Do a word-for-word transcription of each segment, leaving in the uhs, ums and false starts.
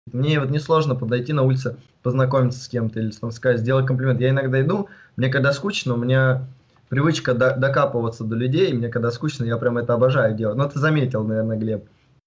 Мне вот несложно подойти на улице, познакомиться с кем-то или там, сказать, сделать комплимент. Я иногда иду, мне когда скучно, у меня привычка до- докапываться до людей, мне когда скучно, я прям это обожаю делать. Ну, ты заметил, наверное, Глеб.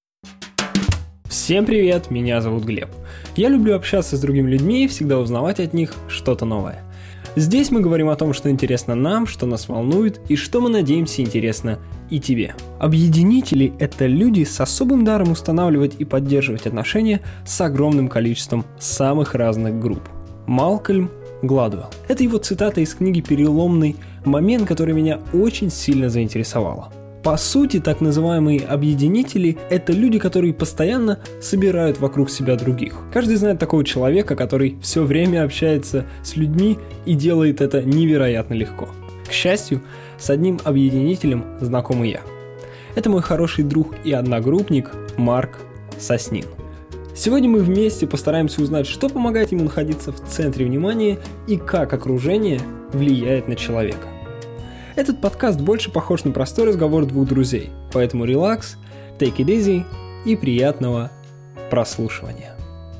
Всем привет, меня зовут Глеб. Я люблю общаться с другими людьми и всегда узнавать от них что-то новое. Здесь мы говорим о том, что интересно нам, что нас волнует и что мы надеемся интересно и тебе. Объединители – это люди с особым даром устанавливать и поддерживать отношения с огромным количеством самых разных групп. Малкольм Гладуэлл. Это его цитата из книги «Переломный момент», которая меня очень сильно заинтересовала. По сути, так называемые объединители – это люди, которые постоянно собирают вокруг себя других. Каждый знает такого человека, который все время общается с людьми и делает это невероятно легко. К счастью, с одним объединителем знаком и я. Это мой хороший друг и одногруппник Марк Соснин. Сегодня мы вместе постараемся узнать, что помогает ему находиться в центре внимания и как окружение влияет на человека. Этот подкаст больше похож на простой разговор двух друзей, поэтому релакс, take it easy и приятного прослушивания.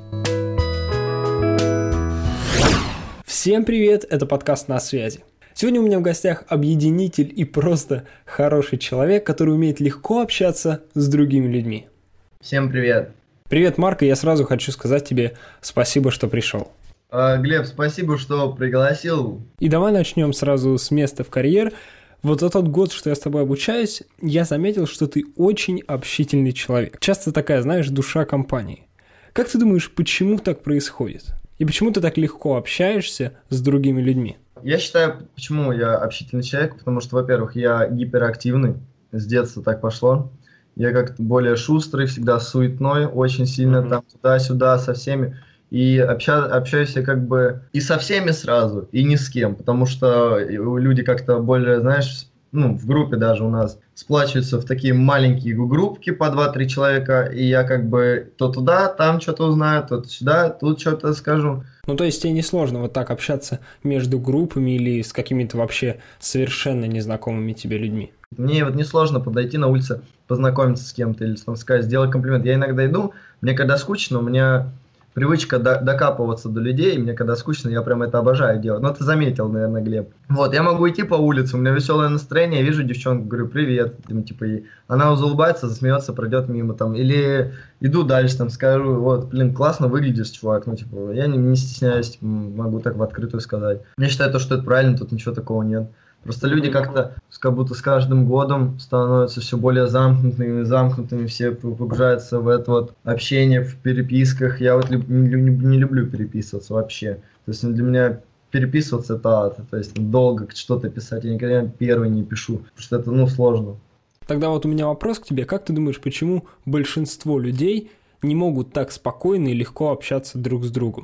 Всем привет, это подкаст «На связи». Сегодня у меня в гостях объединитель и просто хороший человек, который умеет легко общаться с другими людьми. Всем привет. Привет, Марк, и я сразу хочу сказать тебе спасибо, что пришел. А, Глеб, спасибо, что пригласил. И давай начнем сразу с места в карьер. Вот за тот год, что я с тобой обучаюсь, я заметил, что ты очень общительный человек. Часто такая, знаешь, душа компании. Как ты думаешь, почему так происходит? И почему ты так легко общаешься с другими людьми? Я считаю, почему я общительный человек, потому что, во-первых, я гиперактивный, с детства так пошло. Я как-то более шустрый, всегда суетной, очень сильно mm-hmm. там туда-сюда со всеми. И обща, общаюсь я как бы и со всеми сразу, и ни с кем, потому что люди как-то более, знаешь, ну, в группе даже у нас сплачиваются в такие маленькие группки по два-три человека, и я как бы то туда, там что-то узнаю, то сюда, тут что-то скажу. Ну, то есть тебе несложно вот так общаться между группами или с какими-то вообще совершенно незнакомыми тебе людьми? Мне вот несложно подойти на улице, познакомиться с кем-то или там сказать, сделать комплимент. Я иногда иду, мне когда скучно, у меня привычка до, докапываться до людей, мне когда скучно, я прям это обожаю делать. Ну, ты заметил, наверное, Глеб. Вот, я могу идти по улице, у меня веселое настроение, я вижу девчонку, говорю, привет, там, типа, ей. Она улыбается, засмеется, пройдет мимо, там, или иду дальше, там, скажу, вот, блин, классно выглядишь, чувак, ну, типа, я не, не стесняюсь, типа, могу так в открытую сказать. Я считаю, то, что это правильно, тут ничего такого нет. Просто люди как-то, как будто с каждым годом становятся все более замкнутыми, замкнутыми, все погружаются в это вот общение, в переписках. Я вот люб, не, не люблю переписываться вообще. То есть для меня переписываться это ад. То есть долго что-то писать. Я никогда первый не пишу, потому что это, ну, сложно. Тогда вот у меня вопрос к тебе. Как ты думаешь, почему большинство людей не могут так спокойно и легко общаться друг с другом?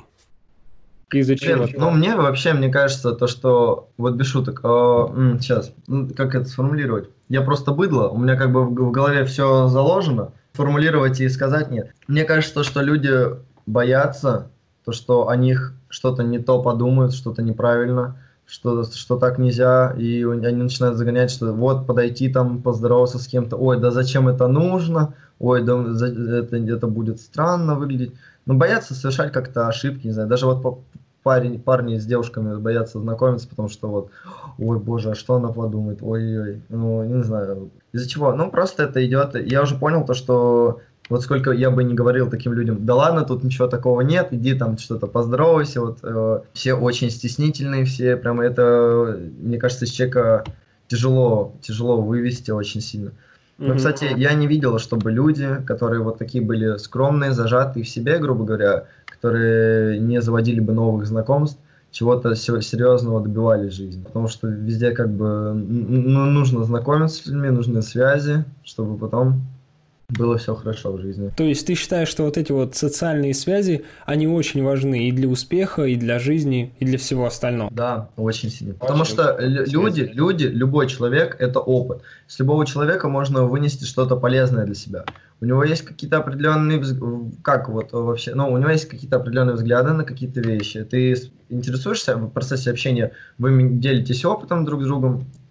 Блин, ну, мне вообще, мне кажется, то, что, вот без шуток, э, м, сейчас, ну, как это сформулировать? Я просто быдло, у меня как бы в, в голове все заложено, формулировать и сказать нет. Мне кажется, то, что люди боятся, то, что о них что-то не то подумают, что-то неправильно, что, что так нельзя, и они начинают загонять, что вот подойти там, поздороваться с кем-то, ой, да зачем это нужно, ой, да это, это будет странно выглядеть. Но боятся совершать как-то ошибки, не знаю, даже вот парень, парни с девушками боятся знакомиться, потому что вот, ой, боже, а что она подумает, ой-ой, ну, не знаю, из-за чего, ну, просто это идет, я уже понял то, что вот сколько я бы не говорил таким людям, да ладно, тут ничего такого нет, иди там что-то поздоровайся, вот, э, все очень стеснительные, все, прямо это, мне кажется, из человека тяжело, тяжело вывести очень сильно. Но, кстати, я не видел, чтобы люди, которые вот такие были скромные, зажатые в себе, грубо говоря, которые не заводили бы новых знакомств, чего-то серьезного добивались в жизни. Потому что везде как бы ну, нужно знакомиться с людьми, нужны связи, чтобы потом было все хорошо в жизни. То есть ты считаешь, что вот эти вот социальные связи, они очень важны и для успеха, и для жизни, и для всего остального? Да, очень сильно. Потому очень что люди, люди, любой человек – это опыт. С любого человека можно вынести что-то полезное для себя. У него есть какие-то определенные, как вот вообще, ну, у него есть какие-то определенные взгляды на какие-то вещи. Ты интересуешься в процессе общения, вы делитесь опытом друг с другом,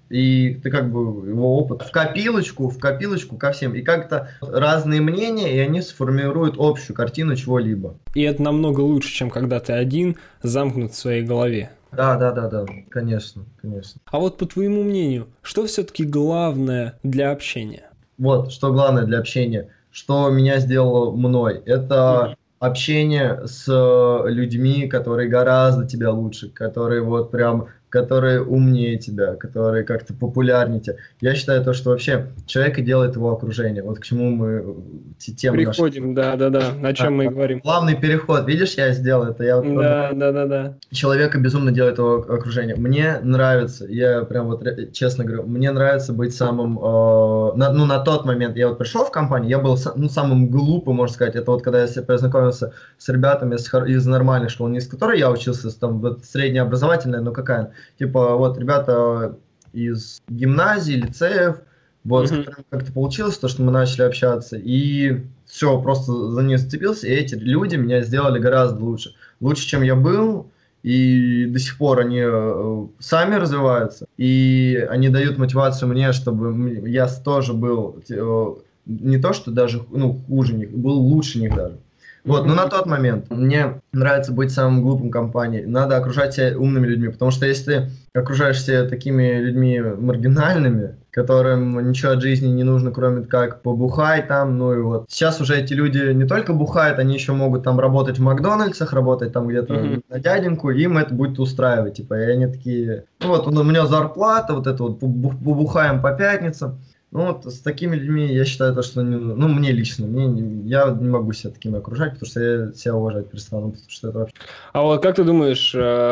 и ты как бы его опыт в копилочку, в копилочку ко всем. И как-то разные мнения, и они сформируют общую картину чего-либо. И это намного лучше, чем когда ты один, замкнут в своей голове. Да, да, да, да, конечно, конечно. А вот по твоему мнению, что все-таки главное для общения? Вот, что главное для общения, что меня сделало мной, это общение с людьми, которые гораздо тебя лучше, которые вот прям, которые умнее тебя, которые как-то популярнее тебя. Я считаю то, что вообще человека делает его окружение. Вот к чему мы тему приходим, да-да-да, о чем а, мы и говорим. Главный переход, видишь, я сделал это. Я вот да, да, да, да. Человека безумно делает его окружение. Мне нравится, я прям вот честно говорю, мне нравится быть самым, э, на, ну на тот момент, я вот пришел в компанию, я был ну, самым глупым, можно сказать. Это вот когда я познакомился с ребятами из, из нормальной школы, не из которой я учился, там вот среднеобразовательная, но какая. Типа вот ребята из гимназии, лицеев, вот, mm-hmm. с которыми как-то получилось то, что мы начали общаться, и все, просто за нее зацепился, и эти люди меня сделали гораздо лучше. Лучше, чем я был, и до сих пор они э, сами развиваются, и они дают мотивацию мне, чтобы я тоже был э, не то, что даже ну, хуже них, был лучше них даже. Вот, но на тот момент мне нравится быть самым глупым в компании. Надо окружать себя умными людьми, потому что если ты окружаешь себя такими людьми маргинальными, которым ничего от жизни не нужно, кроме как побухать там, ну и вот. Сейчас уже эти люди не только бухают, они еще могут там работать в Макдональдсах, работать там где-то mm-hmm. на дяденьку, им это будет устраивать, типа, и они такие, ну вот, у меня зарплата, вот это вот, побухаем по пятницам. Ну вот с такими людьми я считаю то, что, ну мне лично, мне, я не могу себя такими окружать, потому что я себя уважать перестану, потому что это вообще... А вот как ты думаешь,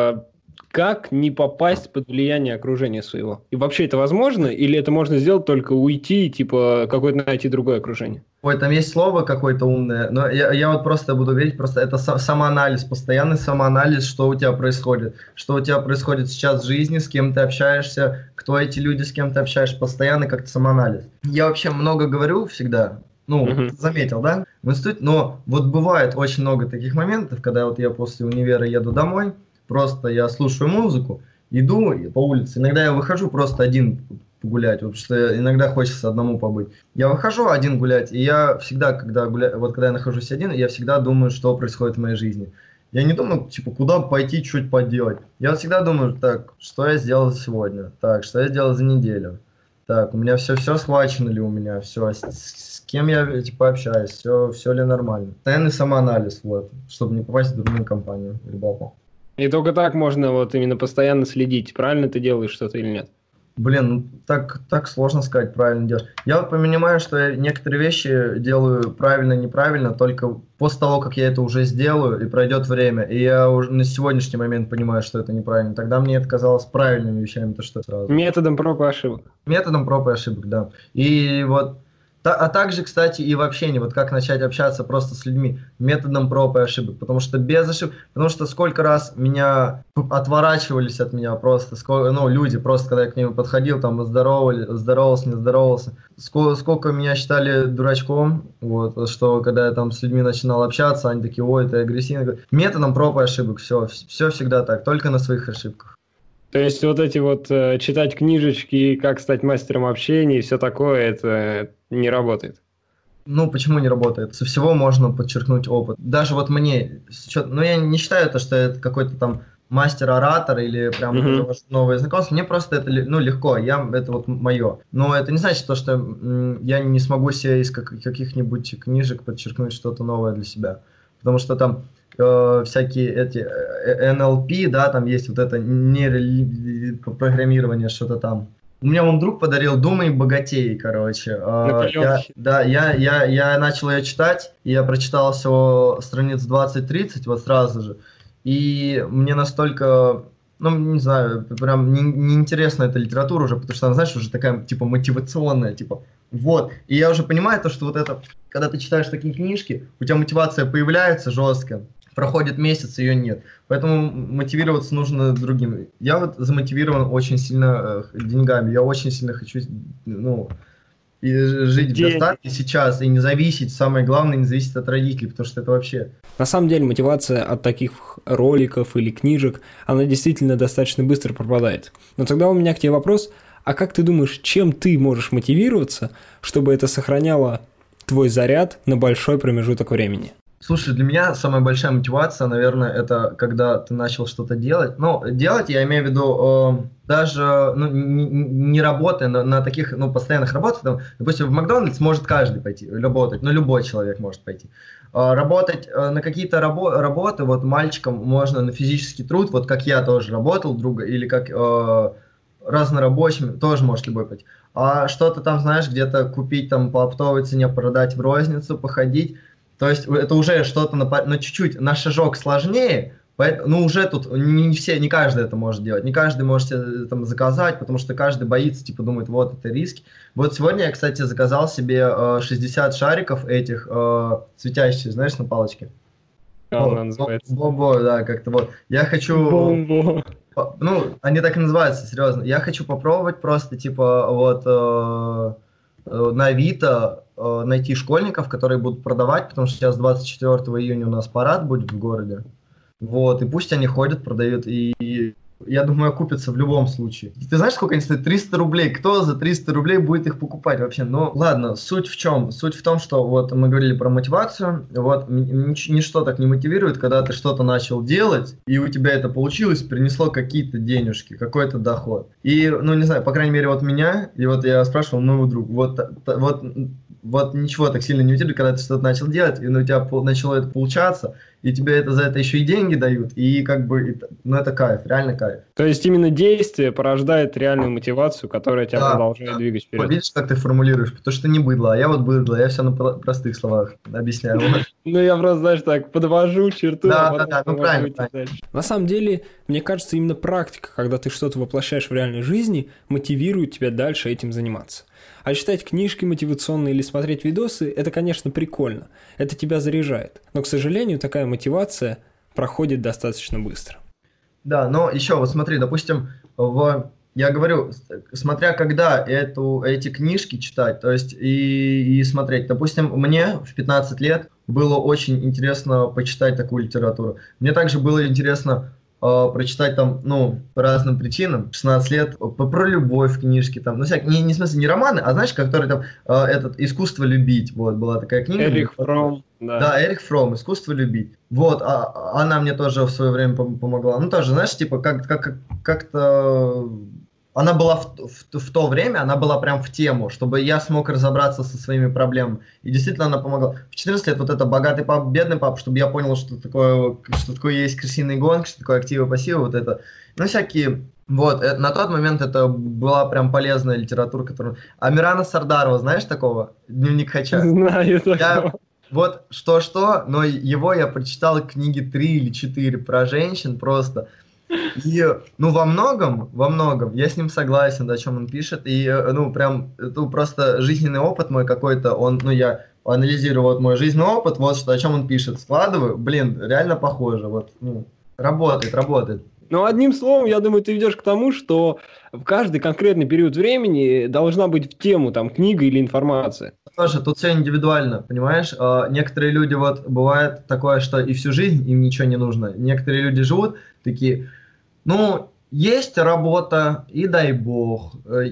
как не попасть под влияние окружения своего? И вообще это возможно? Или это можно сделать только уйти, типа какое-то найти другое окружение? Ой, там есть слово какое-то умное, но я, я вот просто буду говорить, просто это самоанализ, постоянный самоанализ, что у тебя происходит, что у тебя происходит сейчас в жизни, с кем ты общаешься, кто эти люди, с кем ты общаешься, постоянный как-то самоанализ. Я вообще много говорю всегда, ну, uh-huh. ты заметил, да, в институте, но вот бывает очень много таких моментов, когда вот я после универа еду домой, просто я слушаю музыку, иду по улице, иногда я выхожу просто один гулять, потому что иногда хочется одному побыть. Я выхожу один гулять, и я всегда, когда гуляю, вот когда я нахожусь один, я всегда думаю, что происходит в моей жизни. Я не думаю, типа, куда пойти, чуть поделать. Я вот всегда думаю, так, что я сделал сегодня, так, что я сделал за неделю, так, у меня все, все схвачено ли у меня, все, с, с кем я, типа, общаюсь, все, все ли нормально. Постоянный самоанализ, вот, чтобы не попасть в дурную компанию, ребята. И только так можно вот именно постоянно следить, правильно ты делаешь что-то или нет. Блин, ну так, так сложно сказать, правильно делаешь. Я вот понимаю, что я некоторые вещи делаю правильно, неправильно, только после того, как я это уже сделаю, и пройдет время, и я уже на сегодняшний момент понимаю, что это неправильно. Тогда мне это казалось правильными вещами, то что сразу. Методом проб и ошибок. Методом проб и ошибок, да. И вот, а также, кстати, и в общении, вот как начать общаться просто с людьми, методом проб и ошибок, потому что без ошибок, потому что сколько раз меня отворачивались от меня просто, сколько, ну, люди просто, когда я к ним подходил, там, здоровали, здоровался, не здоровался, сколько, сколько меня считали дурачком, вот, что когда я там с людьми начинал общаться, они такие, ой, ты агрессивный, методом проб и ошибок, все, все всегда так, только на своих ошибках. То есть вот эти вот э, читать книжечки, как стать мастером общения и все такое, это не работает? Ну, почему не работает? Со всего можно подчеркнуть опыт. Даже вот мне, ну, я не считаю то, что это какой-то там мастер-оратор или прям mm-hmm. новое знакомство. Мне просто это, ну, легко, я, это вот мое. Но это не значит то, что м, я не смогу себе из как, каких-нибудь книжек подчеркнуть что-то новое для себя. Потому что там э, всякие эти эн эл пи, да, там есть вот это нейропрограммирование, что-то там. У меня он друг подарил «Думай богатей», короче. Я, да, я, я, я начал ее читать, и я прочитал всего страниц двадцать-тридцать, вот сразу же. И мне настолько, ну, не знаю, прям неинтересна не эта литература уже, потому что она, знаешь, уже такая, типа, мотивационная, типа, вот. И я уже понимаю то, что вот это, когда ты читаешь такие книжки, у тебя мотивация появляется жесткая. Проходит месяц, ее нет. Поэтому мотивироваться нужно другим. Я вот замотивирован очень сильно э, деньгами. Я очень сильно хочу, ну, и жить в достатке сейчас и не зависеть. Самое главное, не зависеть от родителей, потому что это вообще... На самом деле мотивация от таких роликов или книжек, она действительно достаточно быстро пропадает. Но тогда у меня к тебе вопрос. А как ты думаешь, чем ты можешь мотивироваться, чтобы это сохраняло твой заряд на большой промежуток времени? Слушай, для меня самая большая мотивация, наверное, это когда ты начал что-то делать. Ну, делать, я имею в виду, э, даже ну, не, не работая на, на таких ну, постоянных работах. Там, допустим, в Макдональдс может каждый пойти работать, ну, любой человек может пойти. Э, работать э, на какие-то рабо- работы, вот мальчикам можно на физический труд, вот как я тоже работал, друга, или как э, разнорабочим, тоже может любой пойти. А что-то там, знаешь, где-то купить там по оптовой цене, продать в розницу, походить. То есть это уже что-то на, на чуть-чуть, на шажок сложнее, поэтому, ну уже тут не, не все, не каждый это может делать, не каждый может себе там заказать, потому что каждый боится, типа думает, вот это риски. Вот сегодня я, кстати, заказал себе э, шестьдесят шариков этих э, светящих, знаешь, на палочке. Как она называется? Бомбо, да, как-то вот. Я хочу... Бомбо. Ну, они так и называются, серьезно. Я хочу попробовать просто, типа, вот... Э, на Авито э, найти школьников, которые будут продавать, потому что сейчас двадцать четвёртого июня у нас парад будет в городе. Вот, и пусть они ходят, продают, и, и я думаю, окупятся в любом случае. И ты знаешь, сколько они стоят? триста рублей. Кто за триста рублей будет их покупать вообще? Ну, ладно, суть в чем? Суть в том, что вот мы говорили про мотивацию, вот ничто так не мотивирует, когда ты что-то начал делать, и у тебя это получилось, принесло какие-то денежки, какой-то доход. И, ну, не знаю, по крайней мере, вот меня, и вот я спрашивал моего друга, вот, вот, вот ничего так сильно не мотивирует, когда ты что-то начал делать, и ну, у тебя начало это получаться, и тебе это, за это еще и деньги дают, и как бы, ну, это кайф, реально кайф. То есть именно действие порождает реальную мотивацию, которая тебя да, продолжает да. двигать вперед. Видишь, как ты формулируешь, потому что ты не быдло, а я вот быдло, я все на простых словах объясняю. Ну, я просто, знаешь, так, подвожу черту. Да, да, да, ну правильно. На самом деле, мне кажется, именно практика, когда ты что-то воплощаешь в реальной жизни, мотивирует тебя дальше этим заниматься. А читать книжки мотивационные или смотреть видосы, это, конечно, прикольно. Это тебя заряжает. Но, к сожалению, такая мотивация проходит достаточно быстро. Да, но еще вот смотри, допустим, в, я говорю, смотря когда эту, эти книжки читать, то есть и, и смотреть. Допустим, мне в пятнадцать лет было очень интересно почитать такую литературу. Мне также было интересно э, прочитать там, ну, по разным причинам, шестнадцать лет, про любовь книжки, там, ну, всякие, не, не в смысле не романы, а знаешь, которые там, э, этот, «Искусство любить», вот, была такая книга. Эрих Фром. Да. да, Эрих Фром, «Искусство любить». Вот, а, она мне тоже в свое время помогла. Ну, тоже, знаешь, типа, как, как, как-то... Она была в, в, в то время, она была прям в тему, чтобы я смог разобраться со своими проблемами. И действительно она помогла. В четырнадцать лет вот это «Богатый папа, бедный папа», чтобы я понял, что такое, что такое есть крысиные гонки, что такое активы, пассивы, вот это. Ну, всякие... Вот, это, на тот момент это была прям полезная литература, которую... Амирана Сардарова, знаешь такого? «Дневник Хача». Знаю такого. Я... Вот что-что, но его я прочитал книги три или четыре про женщин просто. И, ну, во многом, во многом, я с ним согласен, о чем он пишет. И, ну, прям, это просто жизненный опыт мой какой-то, он, ну, я анализирую вот мой жизненный опыт, вот что, о чем он пишет, складываю, блин, реально похоже, вот, ну, работает, работает. Ну, одним словом, я думаю, ты идешь к тому, что в каждый конкретный период времени должна быть в тему там книга или информация. Тоже тут все индивидуально, понимаешь? А, некоторые люди, вот, бывает такое, что и всю жизнь им ничего не нужно. Некоторые люди живут такие, ну, есть работа, и дай бог.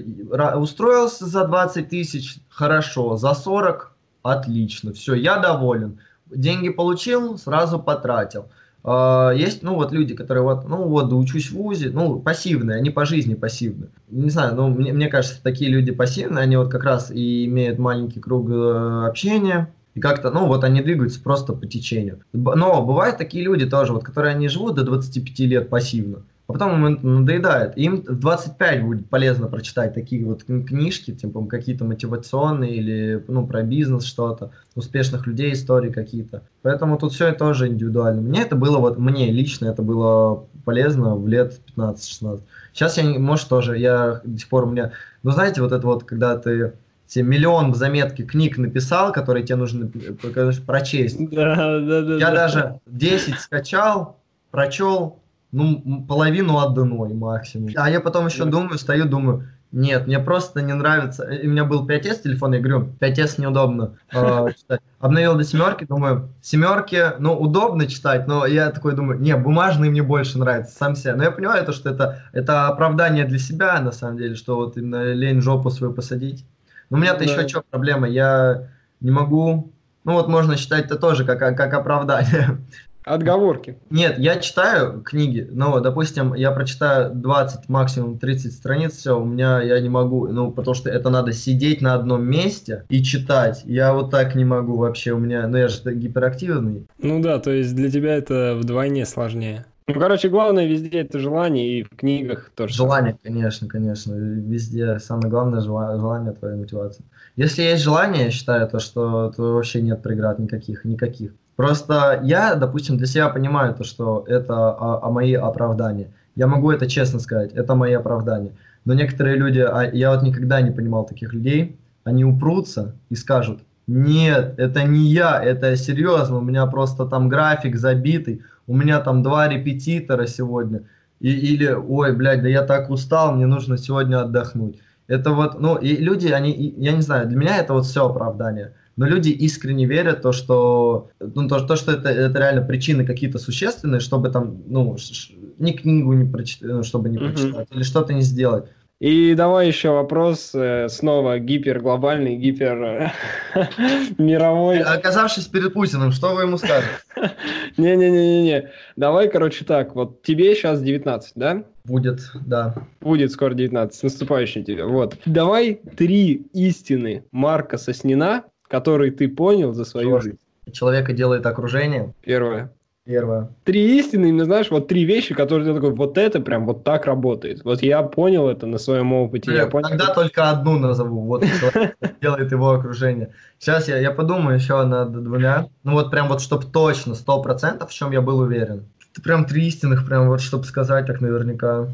Устроился за двадцать тысяч, хорошо, за сорок, отлично, все, я доволен. Деньги получил, сразу потратил. Есть, ну, вот люди, которые вот, ну, вот, учусь в вузе, ну, пассивные, они по жизни пассивны. Не знаю, ну, мне, мне кажется, такие люди пассивные, они вот как раз и имеют маленький круг общения, и как-то, ну, вот они двигаются просто по течению. Но бывают такие люди тоже, вот, которые они живут до двадцати пяти лет пассивно, а потом им надоедает. Им в двадцать пять будет полезно прочитать такие вот книжки, типа какие-то мотивационные или, ну, про бизнес что-то, успешных людей, истории какие-то. Поэтому тут все тоже индивидуально. Мне это было, вот мне лично это было полезно в лет пятнадцать-шестнадцать. Сейчас я, может, тоже, я до сих пор у меня, ну, знаете, вот это вот, когда ты тебе миллион в заметке книг написал, которые тебе нужно прочесть. Да, да, да. Я да. даже десять скачал, прочел, ну, половину одной максимум. А я потом еще думаю, стою, думаю, Нет, мне просто не нравится. У меня был пять эс телефон, я говорю, пять эс неудобно э, читать. Обновил до семерки, думаю, семерки, ну, удобно читать, но я такой думаю, не, бумажный мне больше нравится, сам себе. Но я понимаю, то, что это, это оправдание для себя, на самом деле, что вот именно лень жопу свою посадить. Но у меня-то да. еще что проблема, я не могу, ну вот можно считать это тоже как, как оправдание. Отговорки. Нет, я читаю книги, но, допустим, я прочитаю двадцать, максимум тридцать страниц, все, у меня я не могу, ну, потому что это надо сидеть на одном месте и читать. Я вот так не могу вообще, у меня, ну, я же гиперактивный. Ну да, то есть для тебя это вдвойне сложнее. Ну, короче, главное везде это желание, и в книгах тоже. Желание, конечно, конечно, везде. Самое главное желание, твоя мотивация. Если есть желание, я считаю, то, что то вообще нет преград никаких, никаких. Просто я, допустим, для себя понимаю то, что это а, а мои оправдания. Я могу это честно сказать, это мои оправдания. Но некоторые люди, а я вот никогда не понимал таких людей, они упрутся и скажут, нет, это не я, это серьезно, у меня просто там график забитый, у меня там два репетитора сегодня. И, или, ой, блядь, да я так устал, мне нужно сегодня отдохнуть. Это вот, ну, и люди, они, я не знаю, для меня это вот все оправдание. Но люди искренне верят то, что, ну, то, то, что это, это реально причины какие-то существенные, чтобы там, ну, ни книгу не прочитать, чтобы не прочитать, mm-hmm. или что-то не сделать. И давай еще вопрос, э, снова гиперглобальный, гипер мировой. Оказавшись перед Путиным, что вы ему скажете? Не-не-не-не-не. Давай, короче, так, вот тебе сейчас девятнадцать, да? Будет, да. Будет скоро девятнадцать, с наступающим тебе. Вот. Давай три истины Марка Соснина, которые ты понял за свою жизнь. Человека делает окружение. Первое. Первое. Три истины, именно знаешь, вот три вещи, которые ты такой, вот это прям вот так работает. Вот я понял это на своем опыте. Блин, я понял, тогда что... только одну назову. Вот человек делает его окружение. Сейчас я, я подумаю еще над двумя. Ну вот прям вот, чтобы точно, сто процентов, в чем я был уверен. Это прям три истинных, прям вот, чтобы сказать так наверняка.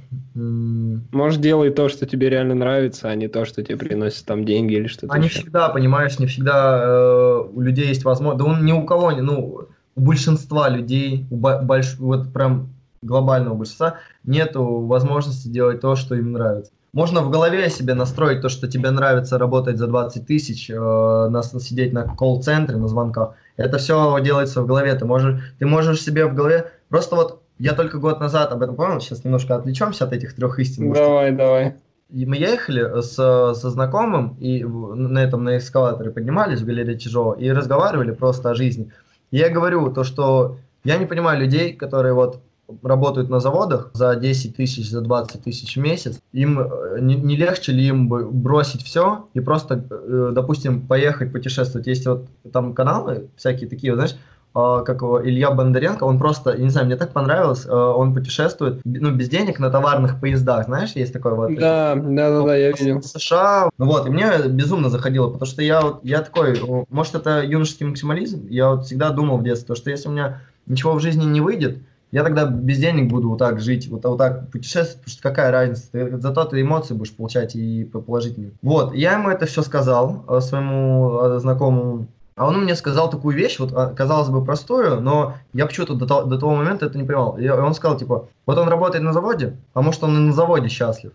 Может, делай то, что тебе реально нравится, а не то, что тебе приносит там деньги или что-то. А не еще. всегда, понимаешь, не всегда э, у людей есть возможность. Да он ни у кого не, ну, у большинства людей, у больш... вот прям глобального большинства, нету возможности делать то, что им нравится. Можно в голове себе настроить то, что тебе нравится работать за двадцать тысяч, э, на, сидеть на колл-центре, на звонках. Это все делается в голове. Ты можешь, ты можешь себе в голове... Просто вот я только год назад об этом понял, сейчас немножко отвлечемся от этих трех истин. Давай, давай. И мы ехали с, со знакомым, и на этом, на эскалаторе поднимались в галерее Чижова, и разговаривали просто о жизни. И я говорю то, что я не понимаю людей, которые вот работают на заводах за десять тысяч, за двадцать тысяч в месяц, им не, не легче ли им бы бросить все и просто, допустим, поехать путешествовать. Есть вот там каналы всякие такие, знаешь, как его, Илья Бондаренко, он просто, я не знаю, мне так понравилось, он путешествует, ну, без денег на товарных поездах, знаешь, есть такой вот. Да, да, да, да, я видел. США, ну вот, и мне безумно заходило, потому что я вот, я такой, может, это юношеский максимализм, я вот всегда думал в детстве, что если у меня ничего в жизни не выйдет, я тогда без денег буду вот так жить, вот, вот так путешествовать, потому что какая разница, ты, зато ты эмоции будешь получать и положительные. Вот, я ему это все сказал, своему знакомому. А он мне сказал такую вещь, вот казалось бы простую, но я почему-то до того, до того момента это не понимал. И он сказал, типа, вот он работает на заводе, а может он и на заводе счастлив.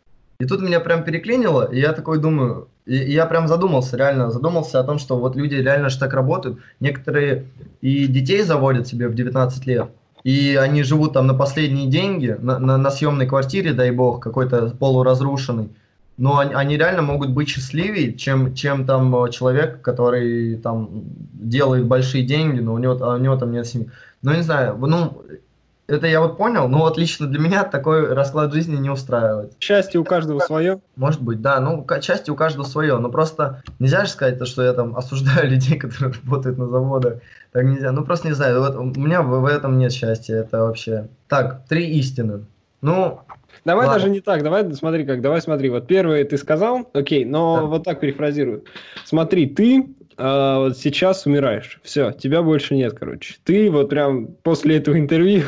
И тут меня прям переклинило, и я такой думаю, и, и я прям задумался, реально задумался о том, что вот люди реально же так работают. Некоторые и детей заводят себе в девятнадцать лет, и они живут там на последние деньги, на, на, на съемной квартире, дай бог, какой-то полуразрушенный. Но они, они реально могут быть счастливее, чем, чем там человек, который там делает большие деньги, но у него, а у него там нет семьи. Ну, не знаю, ну, это я вот понял, но вот лично для меня такой расклад жизни не устраивает. Счастье у каждого свое? Может быть, да, ну, счастье у каждого свое, но просто нельзя же сказать, что я там осуждаю людей, которые работают на заводах, так нельзя, ну, просто не знаю, вот у меня в, в этом нет счастья, это вообще... Так, три истины, ну... Давай Ладно. даже не так, давай смотри как, давай смотри, вот первое ты сказал, окей, но да. Вот так перефразирую. Смотри, ты э, вот сейчас умираешь, все, тебя больше нет, короче. Ты вот прям после этого интервью,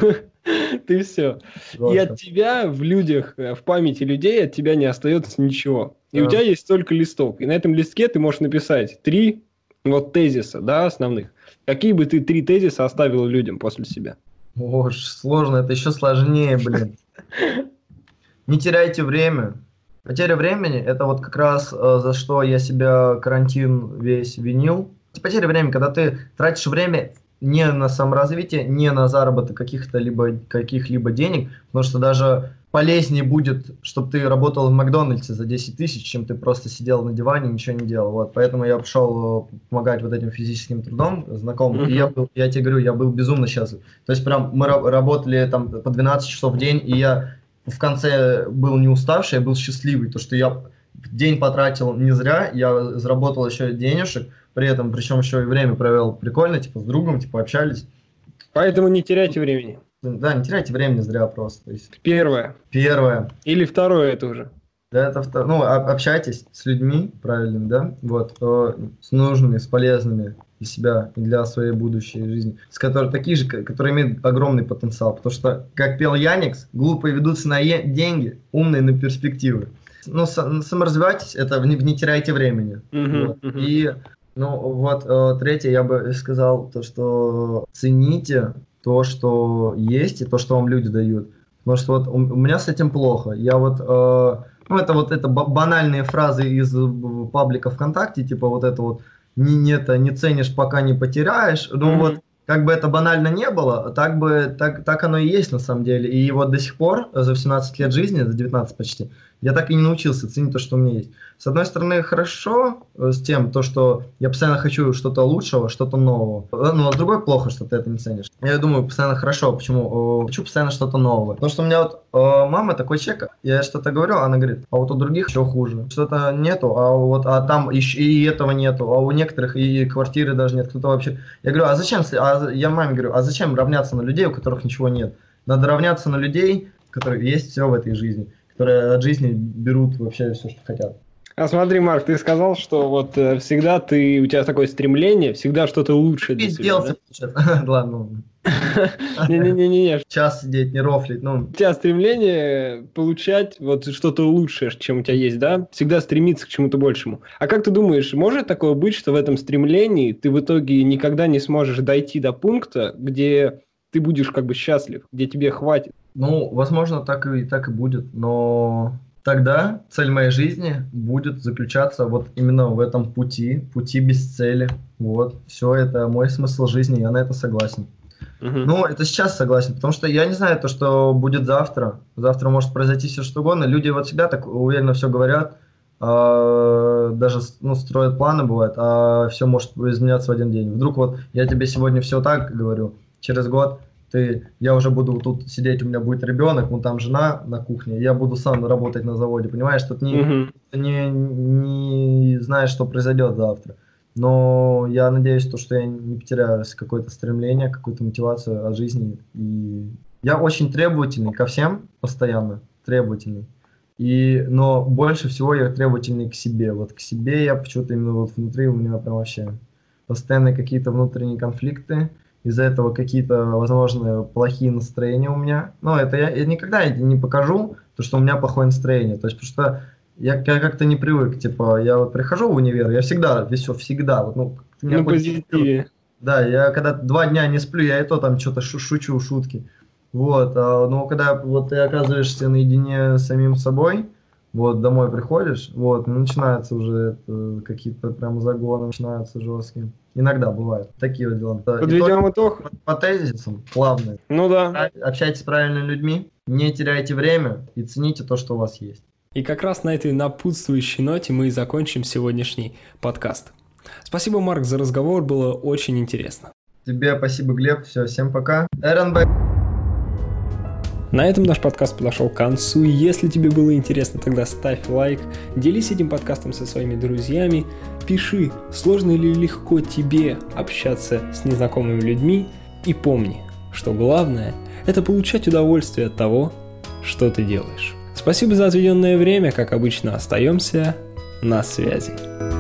ты все. И от тебя в людях, в памяти людей от тебя не остается ничего. И да. У тебя есть только листок, и на этом листке ты можешь написать три вот тезиса, да, основных. Какие бы ты три тезиса оставил людям после себя? Ой, сложно, это еще сложнее, блин. Не теряйте время, Потеря времени – это вот как раз э, за что я себя карантин весь винил. Потеря времени, когда ты тратишь время не на саморазвитие, не на заработок каких-то либо каких-либо денег, потому что даже полезнее будет, чтобы ты работал в Макдональдсе за десять тысяч, чем ты просто сидел на диване и ничего не делал. Вот, поэтому я пошел помогать вот этим физическим трудом знакомым, mm-hmm. и я, был, я тебе говорю, я был безумно счастлив. То есть прям мы работали там по двенадцать часов в день, и я в конце был не уставший, я был счастливый, то что я день потратил не зря, я заработал еще денежек, при этом, причем еще и время провел прикольно, типа с другом, типа общались. Поэтому не теряйте времени. Да, не теряйте времени зря просто. То есть... Первое. Первое. Или второе это уже. Да, это второе. Ну, общайтесь с людьми правильными, да, вот, с нужными, с полезными для себя и для своей будущей жизни, с которыми, такие же, которые имеют огромный потенциал, потому что, как пел Яникс, глупые ведутся на е- деньги, умные на перспективы. Ну, саморазвивайтесь, это не, не теряйте времени. Uh-huh, вот. uh-huh. И, ну, вот, э, третье, я бы сказал, то, что цените то, что есть, и то, что вам люди дают. Потому что вот у, у меня с этим плохо. Я вот, э, ну, это вот это банальные фразы из паблика ВКонтакте, типа вот это вот, не, не, это, не ценишь, пока не потеряешь. Ну, mm-hmm. вот, как бы это банально не было, так бы, так, так оно и есть на самом деле. И вот до сих пор, за восемнадцать лет жизни, за девятнадцать почти, я так и не научился ценить то, что у меня есть. С одной стороны, хорошо с тем, то, что я постоянно хочу что-то лучшего, что-то нового. Но с другой плохо, что ты это не ценишь. Я думаю, постоянно хорошо. Почему? Хочу постоянно что-то новое. Потому что у меня вот э, мама такой человек, я что-то говорю, она говорит, а вот у других еще хуже. Что-то нету, а вот а там еще и этого нету, а у некоторых и квартиры даже нет. Кто-то вообще... Я говорю, а зачем... А я маме говорю, а зачем равняться на людей, у которых ничего нет? Надо равняться на людей, у которых есть все в этой жизни, которые от жизни берут вообще все, что хотят. А смотри, Марк, ты сказал, что вот э, всегда ты, у тебя такое стремление, всегда что-то лучше для себя, да? Ладно. Не-не-не-не. Час сидеть, не рофлить, ну. У тебя стремление получать вот что-то лучшее, чем у тебя есть, да? Всегда стремиться к чему-то большему. А как ты думаешь, может такое быть, что в этом стремлении ты в итоге никогда не сможешь дойти до пункта, где ты будешь как бы счастлив, где тебе хватит? Ну, возможно, так и, так и будет, но тогда цель моей жизни будет заключаться вот именно в этом пути, пути без цели. Вот, все это мой смысл жизни, я на это согласен. Uh-huh. Ну, это сейчас согласен, потому что я не знаю то, что будет завтра. Завтра может произойти все что угодно. Люди вот всегда так уверенно все говорят, а, даже ну, строят планы, бывает, а все может изменяться в один день. Вдруг вот я тебе сегодня все так говорю, через год ты, я уже буду тут сидеть, у меня будет ребенок, вон там жена на кухне, я буду сам работать на заводе, понимаешь, тут не, uh-huh. не, не знаешь, что произойдет завтра. Но я надеюсь, то, что я не потеряю какое-то стремление, какую-то мотивацию от жизни. И я очень требовательный ко всем, постоянно требовательный. И, но больше всего я требовательный к себе. Вот к себе я почему-то именно вот внутри у меня прям вообще постоянные какие-то внутренние конфликты. Из-за этого какие-то, возможно, плохие настроения у меня. Но это я, я никогда не покажу, то, что у меня плохое настроение. То есть, потому что я, я как-то не привык. Типа, я вот прихожу в универ, я всегда весел, всегда. Вот, ну, на позитиве. Да, я когда два дня не сплю, я и то там что-то шу- шучу, шутки. Вот, а, но когда вот ты оказываешься наедине с самим собой, вот, домой приходишь, вот, начинаются уже это, какие-то прям загоны, начинаются жесткие. Иногда бывает. Такие вот дела. Подведем итог. По, по тезисам, плавно. Ну да. Общайтесь с правильными людьми, не теряйте время и цените то, что у вас есть. И как раз на этой напутствующей ноте мы и закончим сегодняшний подкаст. Спасибо, Марк, за разговор, было очень интересно. Тебе спасибо, Глеб, все, всем пока. РНБ. На этом наш подкаст подошел к концу. Если тебе было интересно, тогда ставь лайк, делись этим подкастом со своими друзьями, пиши, сложно или легко тебе общаться с незнакомыми людьми, и помни, что главное – это получать удовольствие от того, что ты делаешь. Спасибо за отведенное время, как обычно, остаемся на связи.